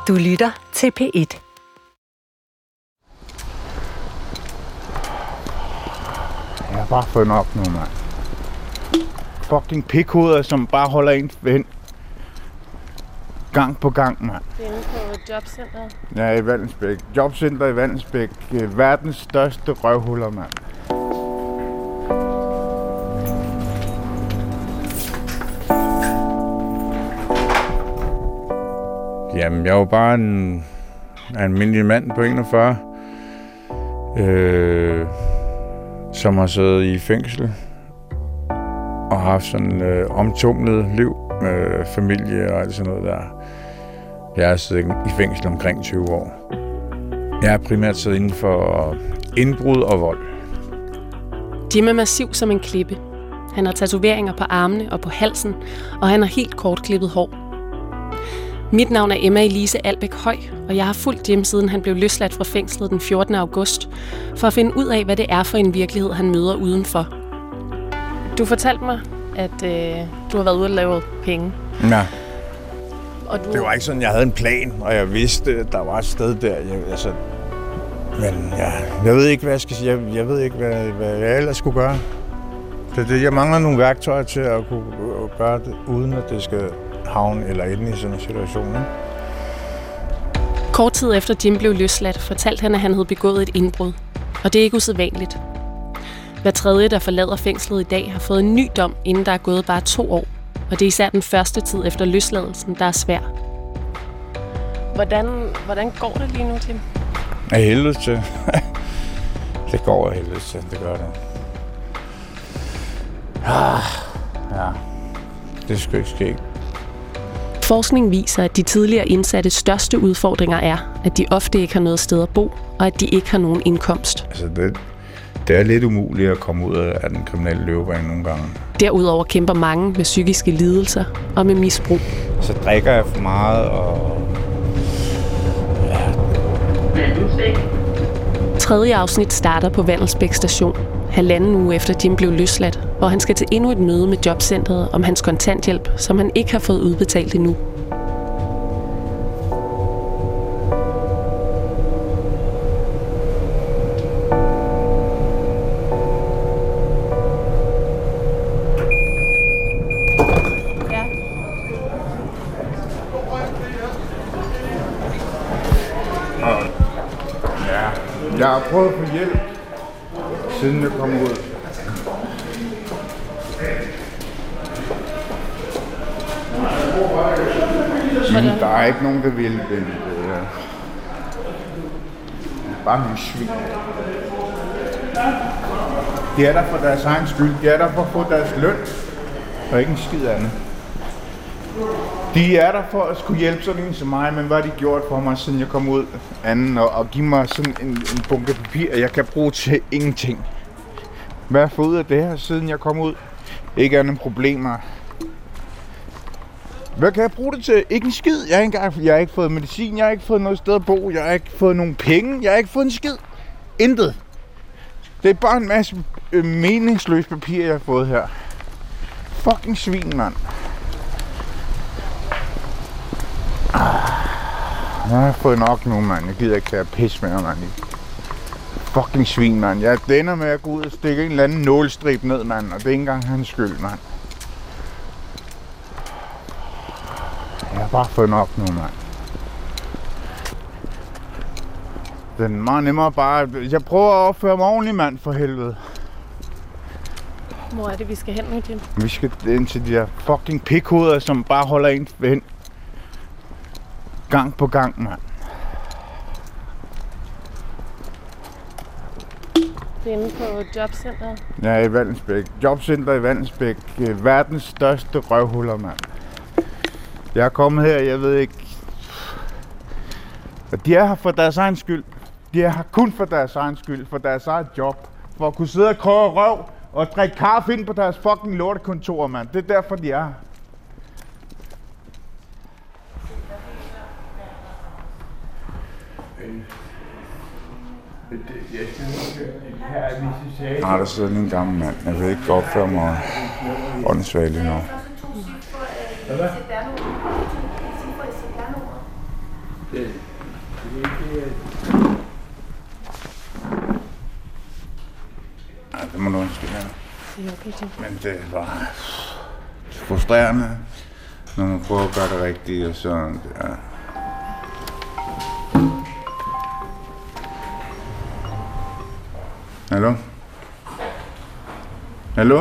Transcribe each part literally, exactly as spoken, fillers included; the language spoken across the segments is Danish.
Du lytter til P et. Jeg har bare fået nok nu, mand. Fucking pikhoveder, som bare holder en hen. Gang på gang, mand. Det er inde på jobcenteret. Ja, i Vallensbæk. Jobcenter i Vallensbæk. Verdens største røvhuller, mand. Jamen, jeg er jo bare en almindelig mand på enogfyrre, øh, som har siddet i fængsel og haft sådan øh, omtumlet liv med familie og alt sådan noget der. Jeg har siddet i fængsel omkring tyve år. Jeg har primært siddet inden for indbrud og vold. Jim er massiv som en klippe. Han har tatoveringer på armene og på halsen, og han har helt kort klippet hår. Mit navn er Emma Elise Albæk Høj, og jeg har fulgt Jim, siden han blev løsladt fra fængslet den fjortende august, for at finde ud af, hvad det er for en virkelighed, han møder udenfor. Du fortalte mig, at øh, du har været ude og lave penge. Ja. Og du... Det var ikke sådan, jeg havde en plan, og jeg vidste, at der var et sted der. Jeg, altså, men ja, jeg ved ikke, hvad jeg skal sige. Jeg, jeg ved ikke, hvad, hvad jeg ellers skulle gøre. Det, det, jeg mangler nogle værktøjer til at kunne gøre det, uden at det skal havne eller ende i sådan en situation. Ikke? Kort tid efter Jim blev løsladt, fortalte han, at han havde begået et indbrud. Og det er ikke usædvanligt. Hver tredje, der forlader fængslet i dag, har fået en ny dom, inden der er gået bare to år. Og det er især den første tid efter løsladelsen, der er svær. Hvordan, hvordan går det lige nu, Jim? Af helvede til. Det går af helvede til, det gør det. Ah, ja, det skal ikke ske. Forskning viser, at de tidligere indsatte største udfordringer er, at de ofte ikke har noget sted at bo, og at de ikke har nogen indkomst. Altså det, det er lidt umuligt at komme ud af den kriminelle løbebane nogle gange. Derudover kæmper mange med psykiske lidelser og med misbrug. Så drikker jeg for meget, og ja. Tredje afsnit starter på Vallensbæk station, halvanden uge efter Jim blev løsladt, hvor han skal til endnu et møde med jobcentret om hans kontanthjælp, som han ikke har fået udbetalt endnu. Jeg har prøvet at få hjælp, siden jeg kom ud. Men der er ikke nogen, der vil hjælpe dem. Det er bare nogle svin. De er der for deres egen skyld. De er der for at få deres løn, og ikke en skid andet. De er der for at skulle hjælpe sådan en som mig, men hvad har de gjort for mig, siden jeg kom ud anden, og, og give mig sådan en, en bunke papir, jeg kan bruge til ingenting. Hvad har jeg fået ud af det her, siden jeg kom ud? Ikke andet problemer. Hvad kan jeg bruge det til? Ikke en skid. Jeg har ikke, engang, jeg har ikke fået medicin, jeg har ikke fået noget sted at bo, jeg har ikke fået nogen penge, jeg har ikke fået en skid. Intet. Det er bare en masse øh, meningsløs papir, jeg har fået her. Fucking svin, mand. Jeg har fået nok nu, mand. Jeg gider ikke have pis med, mand. Fucking svin, mand. Jeg ender med at gå ud og stikke en eller anden nålstrib ned, mand. Og det er ikke engang hans skyld, mand. Jeg har bare fået nok nu, mand. Det er meget nemmere bare... Jeg prøver at opføre mig ordentligt, mand, for helvede. Hvor er det, vi skal hen nu, Jim? Vi skal ind til de der fucking pikhoveder, som bare holder en hen. Gang på gang, mand. Det er inde på jobcenteret. Ja, i Vallensbæk. Jobcenter i Vallensbæk. Verdens største røvhuller, mand. Jeg er kommet her, jeg ved ikke... De er her for deres egen skyld. De er her kun for deres egen skyld, for deres eget job. For at kunne sidde og koge røv og drikke kaffe ind på deres fucking lortekontor, mand. Det er derfor, de er her. Nej, der sidder en gammel mand. Jeg vil ikke opføre mig åndssvagt lige nu. Det Undskyld, ja. Det er okay, Tim. Men det var frustrerende, når man prøver at gøre det rigtigt, og sådan, ja. Hallo? Hallo?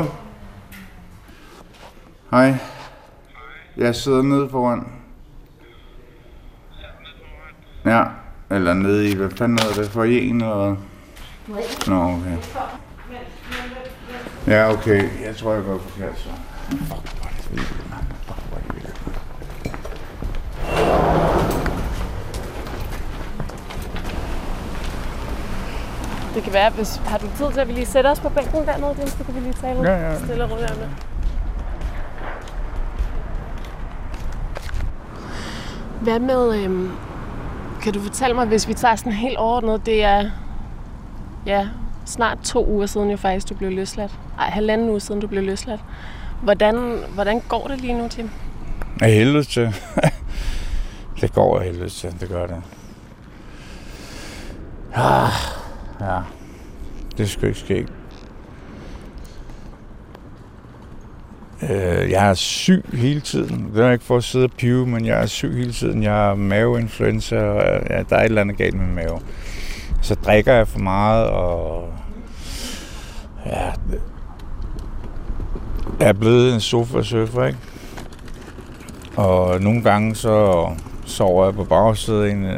Hej. Jeg sidder nede foran. Ja, eller nede i, hvad fanden er det, foyeren eller hvad? Nå, okay. Ja, okay. Jeg tror, jeg går forkert, så. Fuck, hvor er det vildt, mand. Fuck, hvor er det vildt. Det kan være, hvis har du tid til, at vi lige sætter os på bænken dernede, Jens, så kan vi lige tale ja, ja. stille og roligt om det. Hvad med, øhm, kan du fortælle mig, hvis vi tager sådan helt overordnet, det er ja, snart to uger siden jo faktisk, du blev løsladt. Ej, halvanden uge siden, du blev løsladt. Hvordan, hvordan går det lige nu, Tim? Af helvede til. Det går af helvede til, det gør det. Ah, ja, det skal ikke ske. Jeg er syg hele tiden. Det er ikke for at sidde og pive, men jeg er syg hele tiden. Jeg har maveinfluenza, og ja, der er et eller andet galt med mave. Så drikker jeg for meget, og ja, jeg er blevet en sofa-surfer, ikke? Og nogle gange så sover jeg på bagsædet af en,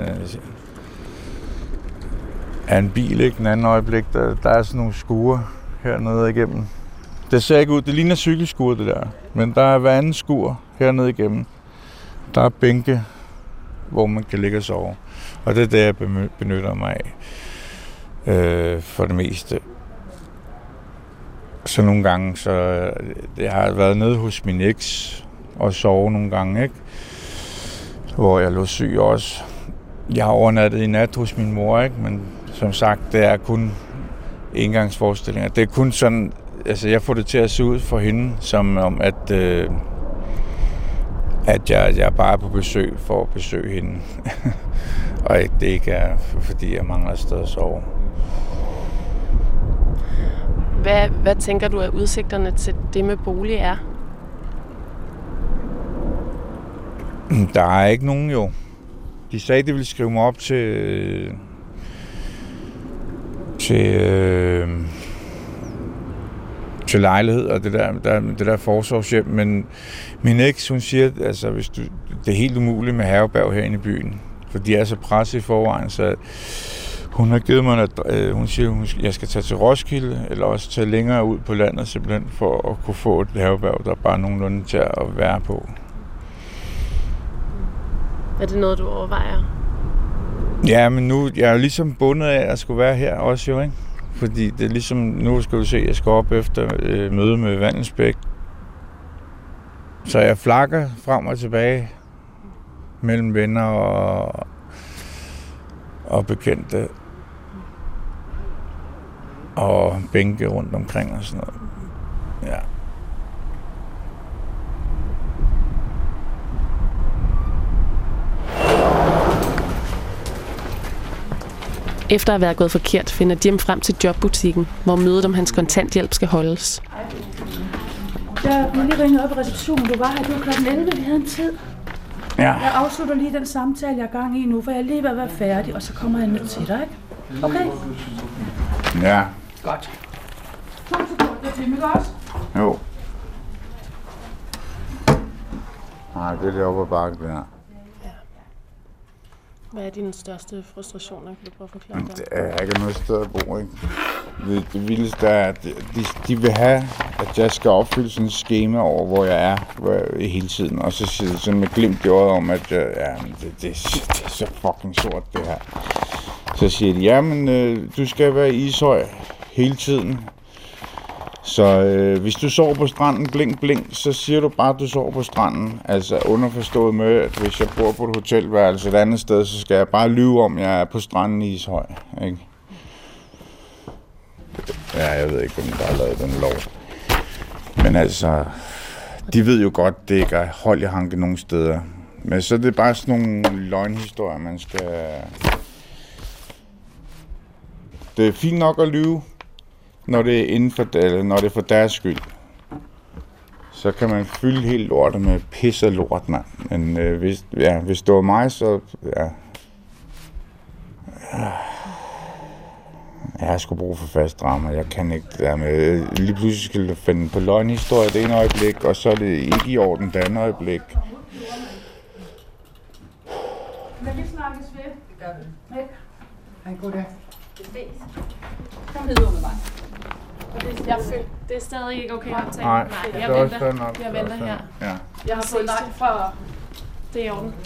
af en bil, ikke? Den anden øjeblik, der, der er sådan nogle skure hernede igennem. Det ser ikke ud, det ligner cykelskur, det der. Men der er hver anden skur hernede igennem. Der er bænke, hvor man kan ligge og sove. Og det er det, jeg benytter mig af. Øh, for det meste. Så nogle gange, så jeg har været nede hos min eks og sove nogle gange, ikke? Hvor jeg lå syg også. Jeg har overnattet i nat hos min mor, ikke? Men som sagt, det er kun engangsforestillinger. Det er kun sådan, altså jeg får det til at se ud for hende, som om at, øh, at jeg, jeg bare er på besøg for at besøge hende. Og det ikke er, fordi jeg mangler et sted at sove. Hvad, hvad tænker du, at udsigterne til det med bolig er? Der er ikke nogen jo. De sagde, at de ville skrive mig op til til, øh, til lejlighed og det der, der, det der forsorgshjem, men min eks, hun siger, at altså, hvis du, det er helt umuligt med herberg herinde i byen, for de er så presset i forvejen, så hun har givet mig, at øh, hun siger, at jeg skal tage til Roskilde, eller også tage længere ud på landet, simpelthen for at kunne få et herberg, der er bare nogenlunde til at være på. Er det noget, du overvejer? Ja, men nu jeg er jo ligesom bundet af at skulle være her også jo, ikke? Fordi det er ligesom, nu skal du se, jeg skal op efter øh, møde med Vandelsbæk. Så jeg flakker frem og tilbage mellem venner og, og bekendte. Og bænke rundt omkring og sådan noget. Ja. Efter at være gået forkert, finder Jim frem til jobbutikken, hvor mødet om hans kontanthjælp skal holdes. Jeg blev lige ringet op i receptionen. Du var her, det var klokken elleve, vi havde en tid. Ja. Jeg afslutter lige den samtale, jeg er gang i nu, for jeg er lige ved at være færdig, og så kommer jeg ned til dig, ikke? Okay? Ja. Godt. To sekunder, Jim, ikke også? Jo. Nej, det er det oppe ad bakken, det her. Hvad er dine største frustrationer? Kan du prøve at forklare det? Det er ikke noget sted at bo, ikke? Det, det vildeste er, at de, de vil have, at jeg skal opfylde sådan et schema over, hvor jeg er hvor jeg, hele tiden. Og så siger det sådan med glimt i øjet om, at jeg, ja, det, det, det er så fucking sort, det her. Så siger de, jamen, øh, du skal være i Ishøj hele tiden. Så øh, hvis du sover på stranden, blink, blink, så siger du bare, at du sover på stranden. Altså underforstået med, at hvis jeg bor på et hotelværelse et andet sted, så skal jeg bare lyve om, at jeg er på stranden i Ishøj. Ikke? Ja, jeg ved ikke, hvem der har lavet den lov. Men altså, de ved jo godt, det ikke er hold i hanke nogen steder. Men så er det bare sådan nogle løgnhistorier, man skal... Det er fint nok at lyve. når det er inden for, eller når det er for deres skyld, så kan man fylde helt lortet med pis og lort, mand. Men øh, hvis, ja, hvis det var mig, så ja. Jeg har sgu brug for fast drama. Jeg kan ikke det der med, lige pludselig skal du finde på løgnhistorie det ene øjeblik, og så er det ikke i orden det andet øjeblik. Kan vi snakkes ved? Det gør vi. Ikke? Han går der. Det ses. Kom videre med mig. Jeg føler, det er stadig ikke okay at optage. Nej, Nej, det jeg er også venter. fair nok. Jeg venter her. Ja. Jeg har fået lagt fra... Det er i orden.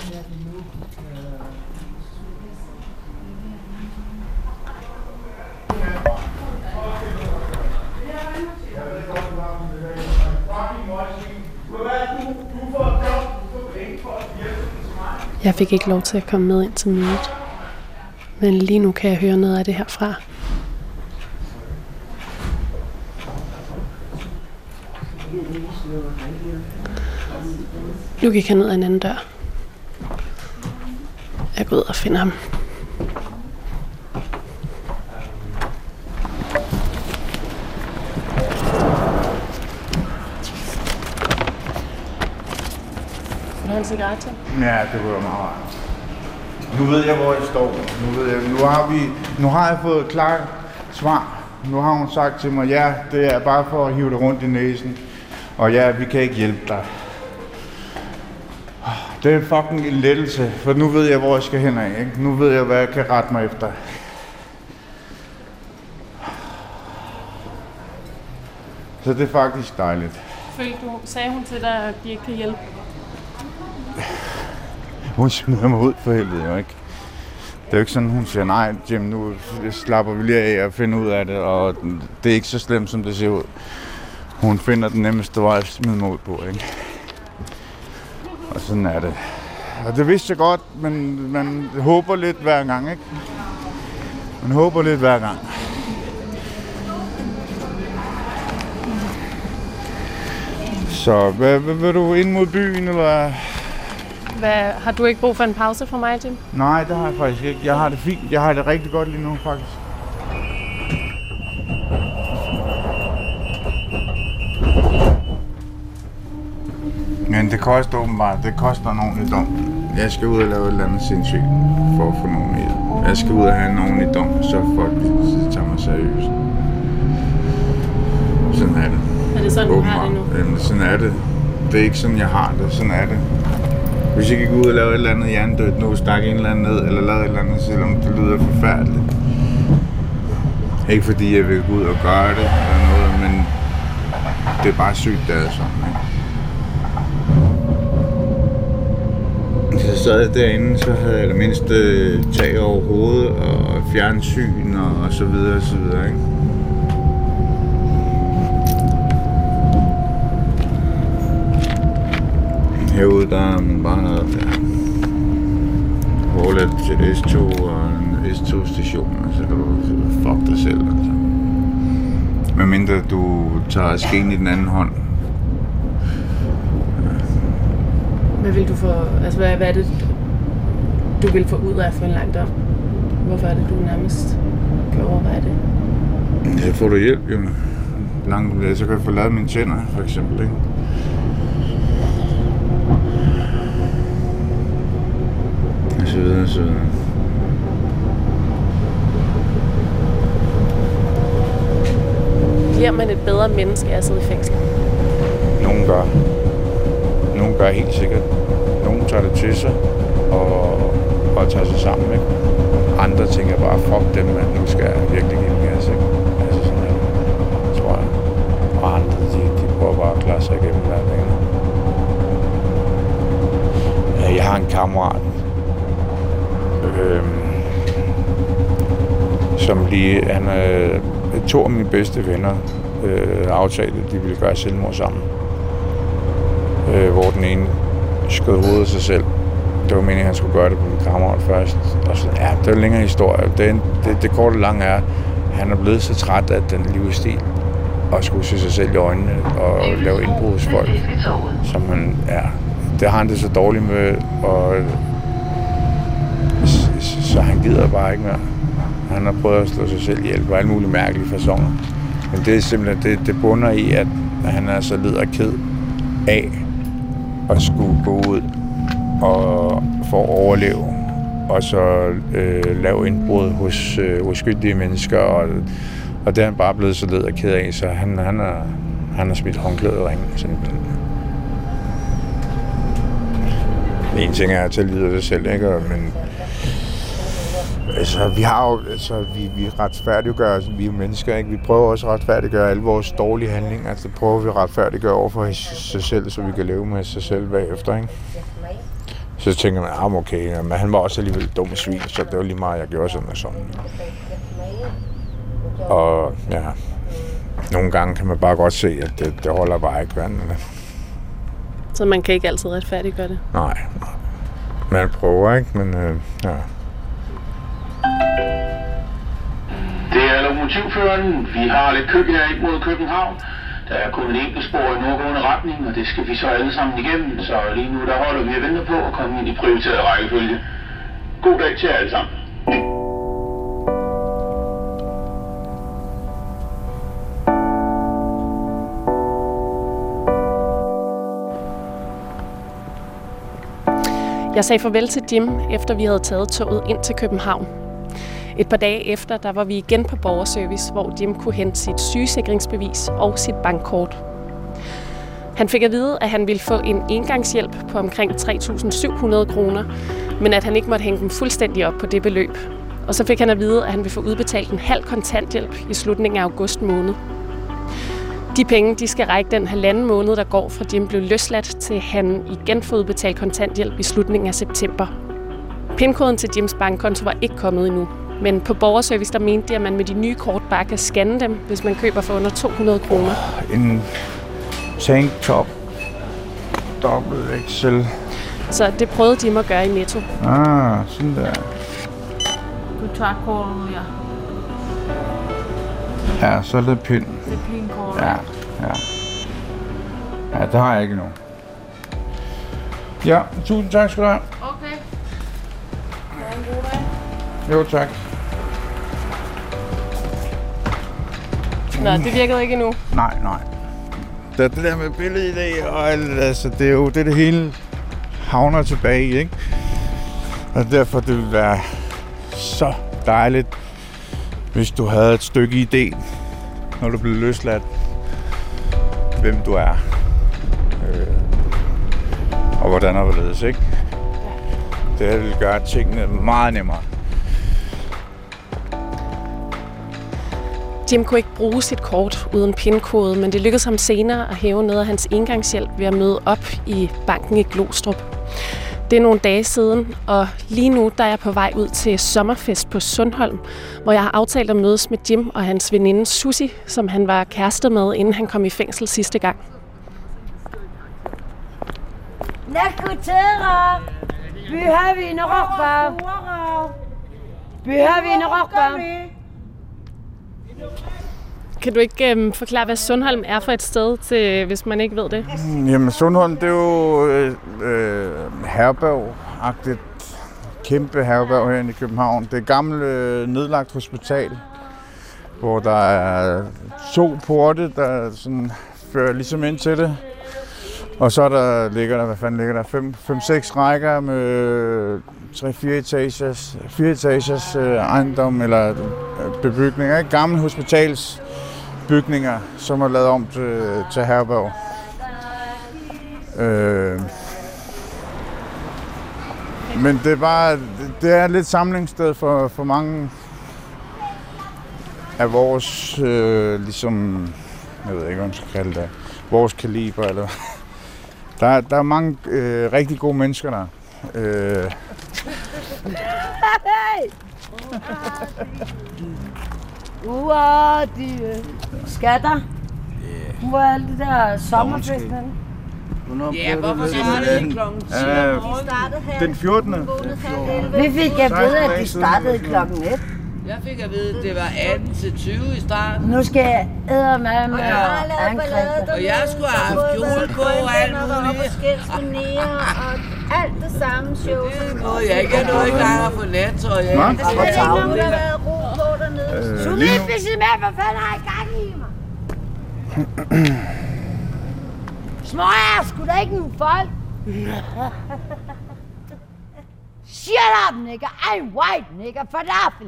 Jeg fik ikke lov til at komme med ind til mødet. Men lige nu kan jeg høre noget af det herfra. Nu gik han ud af en anden dør. Jeg går ud og finder ham. Vil du have en cigaret til? Ja, det kunne være meget rart. Nu ved jeg, hvor jeg står. Nu, ved jeg, nu, har, vi, nu har jeg fået et klart svar. Nu har hun sagt til mig, ja, det er bare for at hive det rundt i næsen. Og ja, vi kan ikke hjælpe dig. Det er fucking en lettelse, for nu ved jeg, hvor jeg skal hen af. Ikke? Nu ved jeg, hvad jeg kan rette mig efter. Så det er faktisk dejligt. Følte du, sagde hun til dig, at de ikke kan hjælpe? Hun smider mig ud for helvede, jo ikke? Det er jo ikke sådan, hun siger, nej, Jim, nu slapper vi lige af og finder ud af det, og det er ikke så slemt, som det ser ud. Hun finder den nemmeste vej at smide mig ud på, ikke? Og sådan er det. Og det vidste jeg godt, men man håber lidt hver gang, ikke? Man håber lidt hver gang. Så hvad, hvad, vil du ind mod byen, eller? Hvad, har du ikke brug for en pause fra mig, Jim? Nej, det har jeg faktisk ikke. Jeg har det fint. Jeg har det rigtig godt lige nu, faktisk. Men det koster åbenbart. Det koster en ordentlig dom. Jeg skal ud og lave et eller andet sindssygt for at få nogen hjælp. Jeg skal ud og have en ordentlig dom, så folk tager mig seriøst. Sådan er det. Er det sådan, du har det nu? Jamen, sådan er det. Det er ikke sådan, jeg har det. Sådan er det. Hvis jeg gik ud og lavede et eller andet hjernedødt nu, stak en eller anden ned, eller lavede et eller andet, selvom det lyder forfærdeligt. Ikke fordi jeg vil gå ud og gøre det, eller noget, men det er bare sygt, det er sådan, ikke? Så sad jeg derinde, så havde jeg det mindste tag over hovedet, og fjernsyn, og så videre, og så videre, ikke? Herude der er man bare noget, ja, overladt til S to og en S to-station, og så kan du fuck dig selv, altså. Medmindre du tager skeen i den anden hånd. Hvad vil du få, altså hvad, hvad er det, du vil få ud af at få en lang dom? Hvorfor er det, du nærmest kan overveje det? Ja, får du hjælp, jo. Langt, så kan jeg få lavet mine tænder, for eksempel, ikke? Og så videre, så videre. Bliver man et bedre menneske af at sidde i fængsel? Nogen gør. Nogen gør helt sikkert. Nogen tager det til sig og, og tager sig sammen, ikke? Andre tænker bare, fuck dem, man. Nu skal jeg virkelig give mere, ikke? Altså sådan her, tror jeg. Og andre, de, de prøver bare at klare sig igennem hver dag. Jeg har en kammerat, øh, som lige, han er to af mine bedste venner, øh, aftalte, at de ville gøre selvmord sammen. Øh, hvor den ene skød hovedet af sig selv. Det var meningen, at han skulle gøre det på min kammerat først. Og så, ja, det er en længere historie. Det, det, det korte og lange er, at han er blevet så træt af den livsstil, og skulle se sig selv i øjnene og lave indbrudsfolk, som han er. Det har han det så dårligt med, og så han gider bare ikke mere. Han har prøvet at slå sig selv ihjel på alle mulige mærkelige faconer. Men det er simpelthen, det, det bunder i, at han er så led og ked af at skulle gå ud og for at overleve, og så øh, lave indbrud hos øh, uskyldige mennesker, og, og det er han bare blevet så led og ked af, så han, han, er, han har smidt håndklædet i ringen, simpelthen. En ting er at tilvide sig selv, ikke? Men altså, vi har jo, altså, vi, vi retfærdiggør, altså, vi er jo mennesker, ikke? Vi prøver også at retfærdiggøre alle vores dårlige handlinger, altså det prøver vi at retfærdiggøre over for sig selv, så vi kan leve med sig selv bagefter, ikke? Så tænker man, ah, okay, men han var også alligevel dum svin, så det var lige meget, jeg gjorde sådan og sådan. Og ja, nogle gange kan man bare godt se, at det, det holder bare ikke vand. Så man kan ikke altid retfærdiggøre det? Nej, nej. Man prøver, ikke? Men øh, ja. Det er lokomotivføreren. Vi har lidt kø her ind mod København. Der er kun et enkelt spor i nordgående retning, og det skal vi så alle sammen igennem. Så lige nu der holder vi og venter på at komme ind i prioriteret rækkefølge. God dag til jer alle sammen. Jeg sagde farvel til Jim, efter vi havde taget toget ind til København. Et par dage efter, der var vi igen på borgerservice, hvor Jim kunne hente sit sygesikringsbevis og sit bankkort. Han fik at vide, at han ville få en engangshjælp på omkring tre tusind syv hundrede kroner, men at han ikke måtte hænge dem fuldstændig op på det beløb. Og så fik han at vide, at han ville få udbetalt en halv kontanthjælp i slutningen af august måned. De penge, de skal række den halvanden måned, der går fra Jim blev løsladt, til han igen får udbetalt kontanthjælp i slutningen af september. Pindkoden til Jims bankkonto var ikke kommet endnu, men på borgerservice der mente de, at man med de nye kort bare kan scanne dem, hvis man køber for under to hundrede kroner. En tanktop, dobbelt X L. Så det prøvede Jim at gøre i Netto. Ah, sådan der. Du tager kortet, ja. Ja, så er det pind. Det er pindkortet. Ja, ja. Ja, det har jeg ikke nu. Ja, tusind tak skal du have. Okay. Ha' en god dag. Jo, tak. Nå, det virkede ikke endnu. Nej, nej. Det, det der med billedet i dag, og alt, altså, det er jo det, det hele havner tilbage i, ikke? Og derfor det ville være så dejligt, hvis du havde et stykke idé, når du blev løsladt, hvem du er, øh, og hvordan er det, ikke? Det vil gøre tingene meget nemmere. Jim kunne ikke bruge sit kort uden pindkode, men det lykkedes ham senere at hæve noget af hans engangshjælp ved at møde op i banken i Glostrup. Det er nogle dage siden, og lige nu der er jeg på vej ud til sommerfest på Sundholm, hvor jeg har aftalt at mødes med Jim og hans veninde Susie, som han var kæreste med, inden han kom i fængsel sidste gang. Nakutera! Byhavine rockbar! Byhavine rockbar! Kan du ikke øhm, forklare, hvad Sundholm er for et sted, til, hvis man ikke ved det? Jamen, Sundholm, det er jo øh, øh, herberg-agtigt. Kæmpe herberg herinde i København. Det er et gammelt øh, nedlagt hospital, hvor der er to porte, der sådan fører ligesom ind til det. Og så der ligger der, hvad fanden ligger der, fem, fem, seks rækker med tre, fire etagers, fire etagers øh, ejendom eller øh, bebygninger. Ikke? Gamle hospitalsbygninger, som er lavet om til, til herberg. Øh, men det er bare, det er lidt samlingssted for, for mange af vores, øh, ligesom, jeg ved ikke, hvad man skal kalde det, vores kaliber, eller Der, der er mange øh, rigtig gode mennesker der. Øh. Uah, de skatter. Hvor er alt det der sommerfest henne? Ja, hvorfor startede de klokken ti? Den fjortende. Vi fik at vide, at de startede klokken et. Jeg fik at vide, at det var atten til tyve i starten. Nu skal jeg ædermame med angribe. Og jeg skulle have haft kjole på og alt muligt. Og alt det samme show. Og jeg ikke er noget i gang at få nattøj. Altså, der har været ro på dernede. Så lige pludselig med, hvad fanden har I gang i mig? Smøger, sgu da ikke nogen folk. Shut up, nigga. I'm white, nigga. Falafel.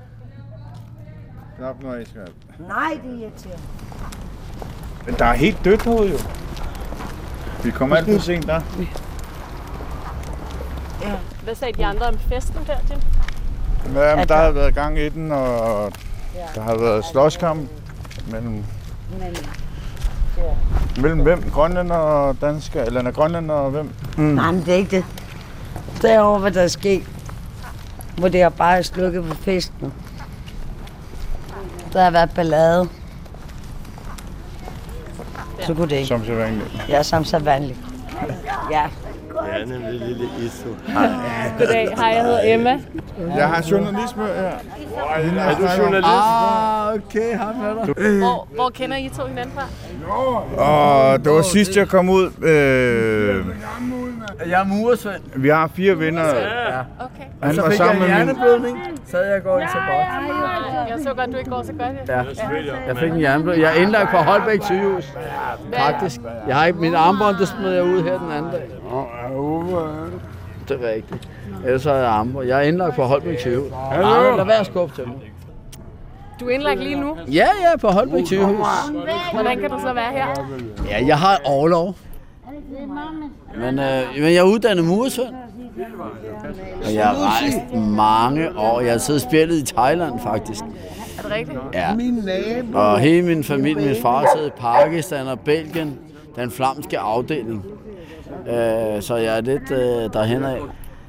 Knap nu, skat. Nej, det er irriterende. Men der er helt dødt herude, jo. Vi kommer alt for sent der. Ja. Hvad sagde de andre om festen der, Jim? Jamen, der har været gang i den, og der har været slåskamp mellem... Men, ja. Mellem hvem? Grønlænder og dansker? Eller er Grønlænder og hvem? Mm. Nej, men det er ikke det. Derovre, hvad der er sket. Hvor det har bare slukket på festen. Der har været ballade. Så kunne det ikke. Som så vanligt. Ja, som så vanligt. Ja. Ja, nemlig lille Iso. Goddag, hej, jeg hedder Emma. Jeg har journalisme her. Er du journalist? Ah, okay, ham er der. Hvor, hvor kender I to hinanden fra? Og det var sidst, jeg kom ud. Øh, jeg er murersvend. Vi har fire venner. Ja. Okay. Han så var fik sammen jeg en med min... hjerneblødning, så jeg går ikke så godt. Jeg så godt, du ikke går så godt. Ja, jeg fik en hjerneblødning. Jeg er indlagt på Holbæk sygehus. Faktisk. Jeg har ikke min armbånd, det smed jeg ud her den anden dag. Det er rigtigt. Ellers har jeg armbånd. Jeg er indlagt på Holbæk sygehus. Arne, lad være at skubbe til mig. Du er indlagt lige nu? Ja, ja, på Holbæk sygehus. Hvordan kan du så være her? Ja, jeg har overlov. Men, øh, men jeg er uddannet murersvend. Og jeg har rejst mange år. Jeg har siddet og spillet i Thailand, faktisk. Er det rigtigt? Ja. Og hele min familie, min far sidder i Pakistan og Belgien, den flamske afdeling. Øh, så jeg er lidt øh, derhen af.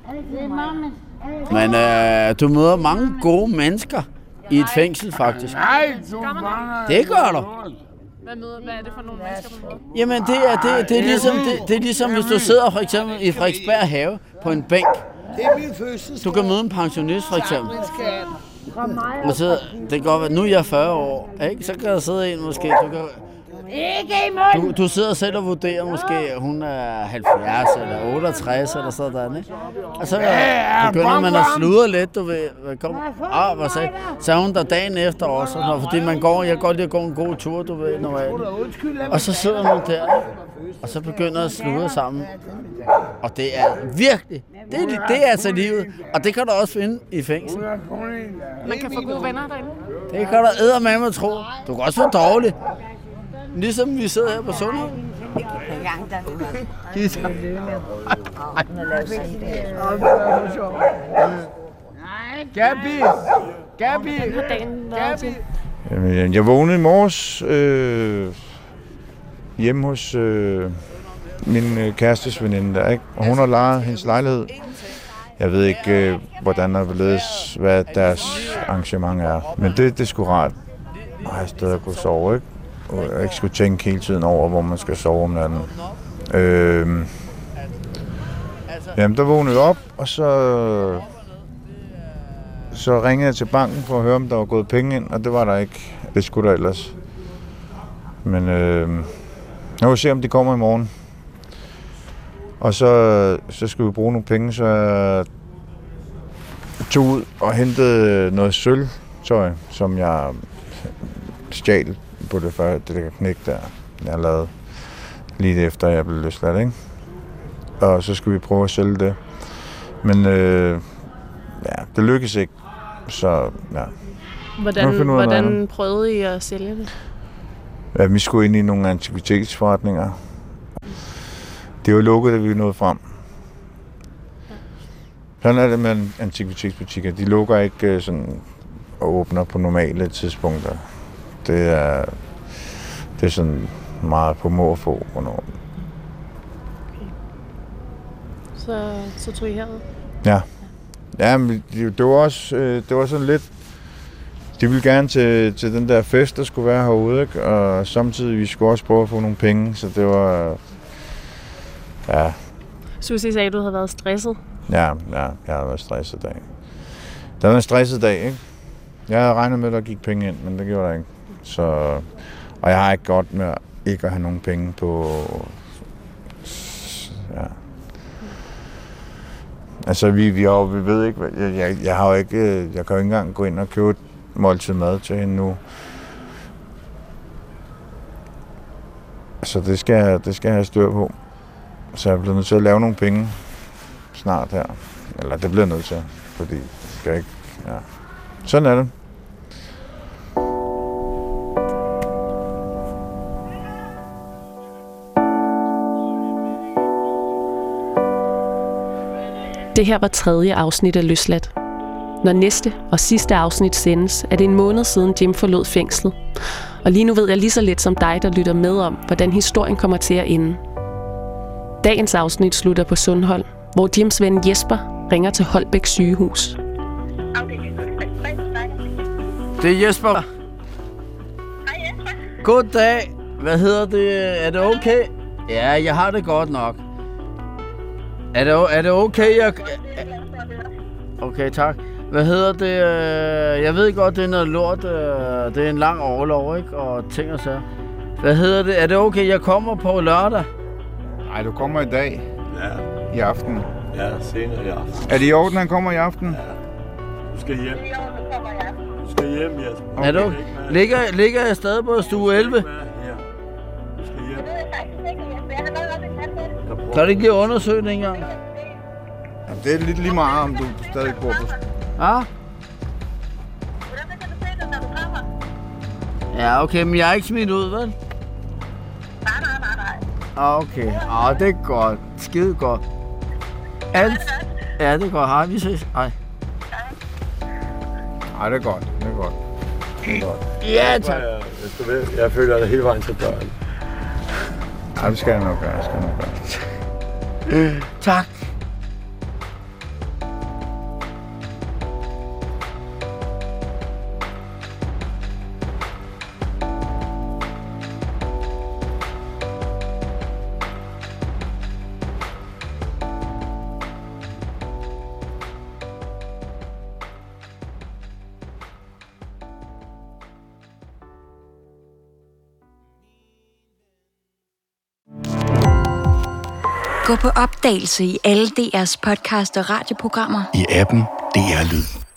Men øh, du møder mange gode mennesker i et fængsel, faktisk. Det gør du. Hvad, møder, hvad er det for nogle mennesker, du møder? Jamen, det er, det, det, er ligesom, det, det er ligesom, hvis du sidder for eksempel i Frederiksberg Have på en bænk. Du kan møde en pensionist, for eksempel. Og så, det kan godt være, nu er jeg fyrre år, ikke? Så kan der sidde en måske, du kan... Du, du sidder selv og vurderer måske, at hun er halvfjerds eller otteogtres eller sådan, ikke? Og så begynder man at sludre lidt, du ved. Kom, ah, hvad sagde? Så er hun der dagen efter også, fordi man går, jeg kan godt lide at gå en god tur, du ved, normalt. Og så sidder man der, og så begynder at sludre sammen. Og det er virkelig, det er, det er altså livet. Og det kan du også finde i fængsel. Man kan få gode venner derinde. Det kan du eddermame tro. Du kan også være dårlig. Ligesom vi sidder her på Sundhed. Gabi! Gabi! Gabi! Jeg vågnede i morges øh, hjemme hos øh, min øh, kærestes veninde der, ikke? Og hun har lejet hendes lejlighed. Jeg ved ikke, øh, hvordan der vil hvad deres arrangement er. Men det, det er sgu rart. Og jeg stadig kunne sove, ikke? Og jeg ikke skulle tænke hele tiden over, hvor man skal sove om natten. Øh, jamen, der vågnede jeg op, og så, så ringede jeg til banken for at høre, om der var gået penge ind, og det var der ikke. Det skulle der ellers. Men øh, jeg vil se, om de kommer i morgen. Og så, så skulle vi bruge nogle penge, så jeg tog ud og hentede noget sølvtøj, som jeg stjal på det, før, det der knæk der, jeg lavede lige efter jeg blev løsladt, ikke? Og så skulle vi prøve at sælge det. Men øh, ja, det lykkedes ikke, så ja. Hvordan, hvordan prøvede I at sælge det? Ja, vi skulle ind i nogle antikvitetsforretninger. Det var lukket, da vi nåede frem. Sådan er det med antikvitetsbutikker. De lukker ikke sådan og åbner på normale tidspunkter. Det er, det er sådan meget på må og få. Okay. Så, så tog I herud? Ja. Ja, men det, det var også det var sådan lidt... De ville gerne til, til den der fest, der skulle være herude, ikke? Og samtidig vi skulle også prøve at få nogle penge, så det var... Ja. Susie sagde, at du havde været stresset. Ja, ja, jeg havde været stresset dag. Det var en stresset dag, ikke? Jeg havde regnet med, at der gik penge ind, men det gjorde der ikke. Så, og jeg har ikke godt med ikke at have nogen penge på... Ja. Altså, vi, vi, har, vi ved ikke... Jeg, jeg, jeg har jo ikke... Jeg kan jo ikke engang gå ind og købe et måltid mad til hende nu. Så det skal, det skal jeg have styr på. Så jeg bliver nødt til at lave nogle penge snart her. Eller det bliver jeg nødt til, fordi det skal ikke... Ja. Sådan er det. Det her var tredje afsnit af Løsladt. Når næste og sidste afsnit sendes, er det en måned siden Jim forlod fængslet. Og lige nu ved jeg lige så lidt som dig, der lytter med om, hvordan historien kommer til at ende. Dagens afsnit slutter på Sundholm, hvor Jims ven Jesper ringer til Holbæk sygehus. Det er Jesper. Hej Jesper. Goddag. Hvad hedder det? Er det okay? Ja, jeg har det godt nok. Er det, er det okay, jeg... Okay, tak. Hvad hedder det? Jeg ved godt, det er noget lort. Det er en lang overlov, ikke? Og ting og sager. Hvad hedder det? Er det okay, jeg kommer på lørdag? Nej, du kommer i dag. Ja. I aften. Ja, senere i aften. Er det i orden, han kommer i aften? Ja. Du skal hjem. Du skal hjem, Jesper. Okay. Er du? Ligger, ligger jeg stadig på stue elleve? Ja. Du skal hjem. Kan du ikke give undersøgning engang? Jamen, det er lidt lige meget, om du stadig bor på... Ja? Ja, okay, men jeg er ikke smidt ud, vel? Nej, nej, nej, nej. Okay, ah, det er godt. Skide godt. Alt. Ja, det er godt. Hej, vi ses. Hej. Nej, det er godt. Det er godt. Det er godt. Ja, tak. Hvis du vil, jeg føler dig hele vejen til døren. Nej, det skal jeg nok gøre. Det skal jeg nok gøre. Tak. Gå på opdagelse i alle D R's podcast og radioprogrammer. I appen D R Lyd.